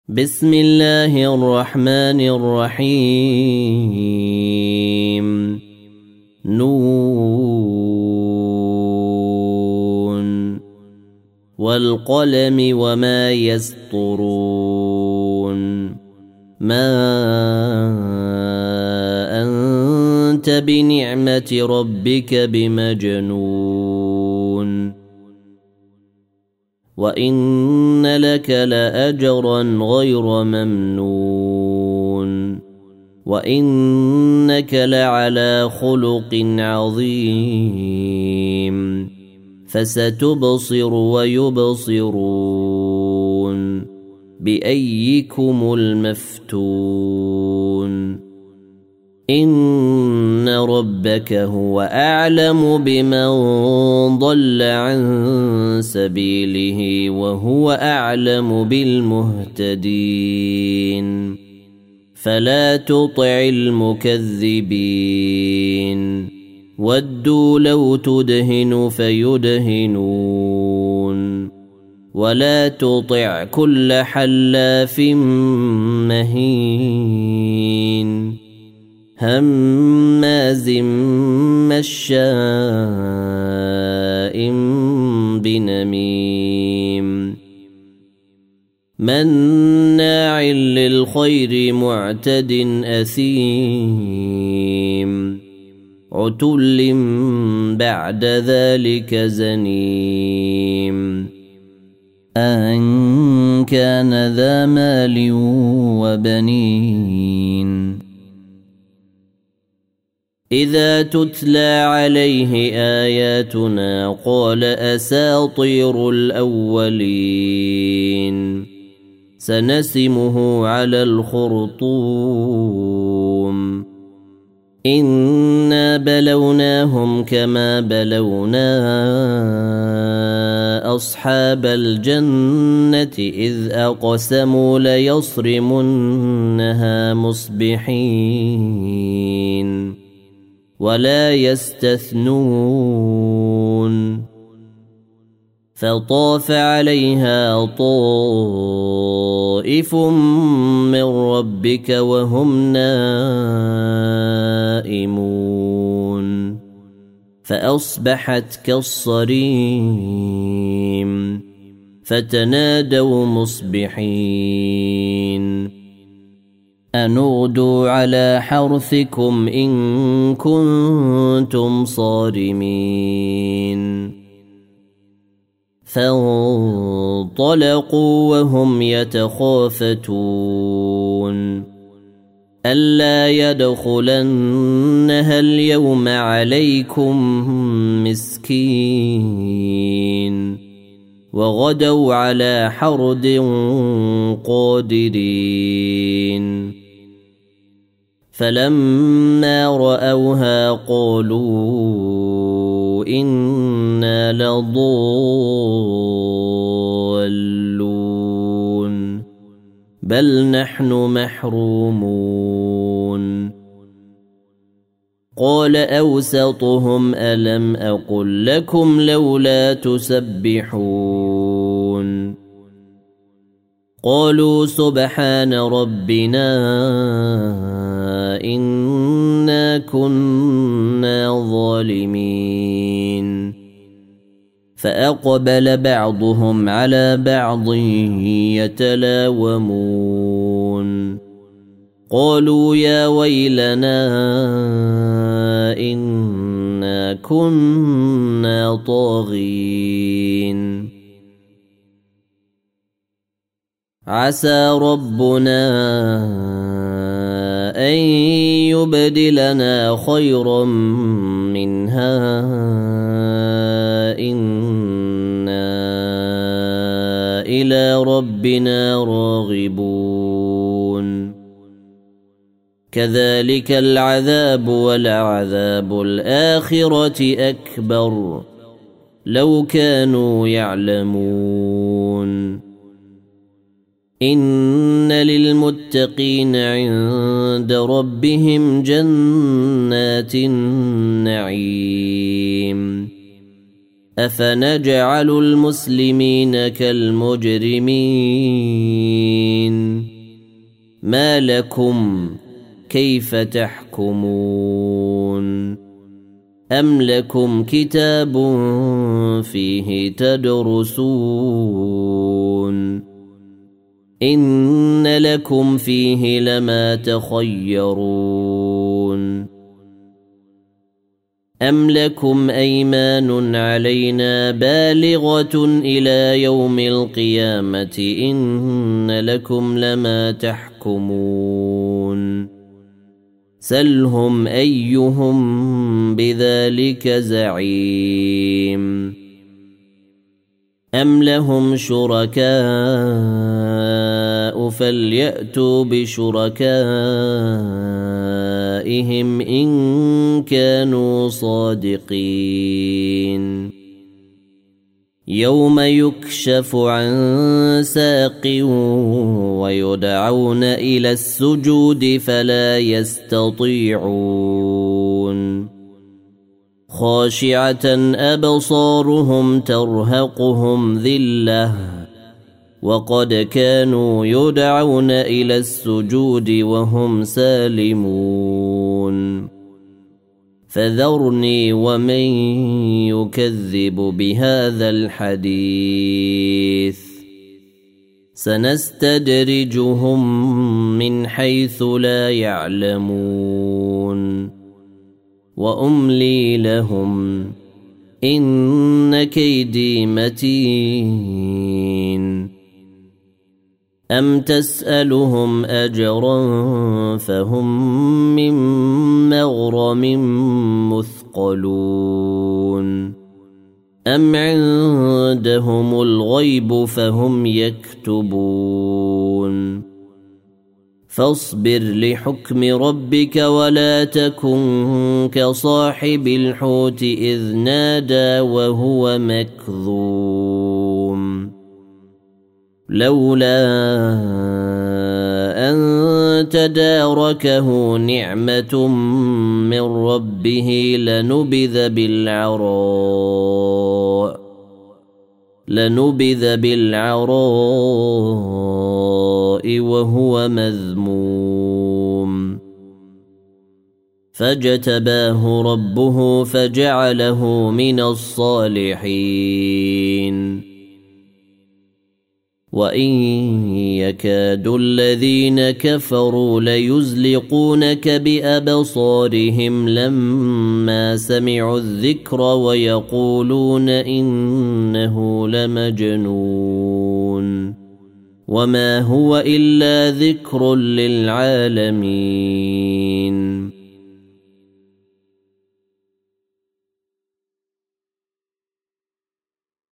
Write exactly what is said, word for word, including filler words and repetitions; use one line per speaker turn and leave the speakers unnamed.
بسم الله الرحمن الرحيم. نون والقلم وما يسطرون. ما أنت بنعمة ربك بمجنون وإن لك لأجرا غير ممنون وإنك لعلى خلق عظيم. فستبصر ويبصرون بأيكم المفتون. إن ربك هو أعلم بمن ضل عن سبيله وهو أعلم بالمهتدين. فلا تطع المكذبين ودوا لو تدهن فيدهنون ولا تطع كل حلاف مهين هماز مشاء بنميم مناع للخير معتد أثيم عتل بعد ذلك زنيم أن كان ذا مال وبنين. إذا تتلى عليه آياتنا قال أساطير الأولين سنسمه على الخرطوم. إنا بلوناهم كما بلونا أصحاب الجنة إذ أقسموا ليصرمنها مصبحين ولا يستثنون. فطاف عليها طائف من ربك وهم نائمون فأصبحت كالصريم. فتنادوا مصبحين أن اغدوا على حرثكم إن كنتم صارمين. فانطلقوا وهم يتخافتون ألا يدخلنها اليوم عليكم مسكين وغدوا على حرد قادرين. فلما رأوها قالوا إنا لضالون بل نحن محرومون. قال أوسطهم ألم أقل لكم لولا تسبحون. قالوا سبحان ربنا إنا كنا ظالمين. فأقبل بعضهم على بعض يتلاومون قالوا يا ويلنا إنا كنا طاغين. عسى ربنا أن يبدلنا خيرا منها إنا إلى ربنا راغبون. كذلك العذاب ولعذاب الآخرة أكبر لو كانوا يعلمون. إن للمتقين عند ربهم جنات النعيم أفنجعل المسلمين كالمجرمين ما لكم كيف تحكمون أم لكم كتاب فيه تدرسون إن لكم فيه لما تخيرون أم لكم أيمان علينا بالغة إلى يوم القيامة إن لكم لما تحكمون سلهم أيهم بذلك زعيم أم لهم شركاء فليأتوا بشركائهم إن كانوا صادقين يوم يكشف عن ساق ويدعون إلى السجود فلا يستطيعون خاشعة أبصارهم ترهقهم ذلة وقد كانوا يدعون إلى السجود وهم سالمون فذرني ومن يكذب بهذا الحديث سنستدرجهم من حيث لا يعلمون وأملي لهم إن كيدي متين أم تسألهم أجرا فهم من مغرم مثقلون أم عندهم الغيب فهم يكتبون فاصبر لحكم ربك ولا تكن كصاحب الحوت إذ نادى وهو مكظوم لولا أن تداركه نعمة من ربه لنبذ بالعراء لنبذ بالعراء وهو مذموم فاجتباه ربه فجعله من الصالحين وإن يكاد الذين كفروا ليزلقونك بأبصارهم لما سمعوا الذكر ويقولون إنه لمجنون وما هو إلا ذكر للعالمين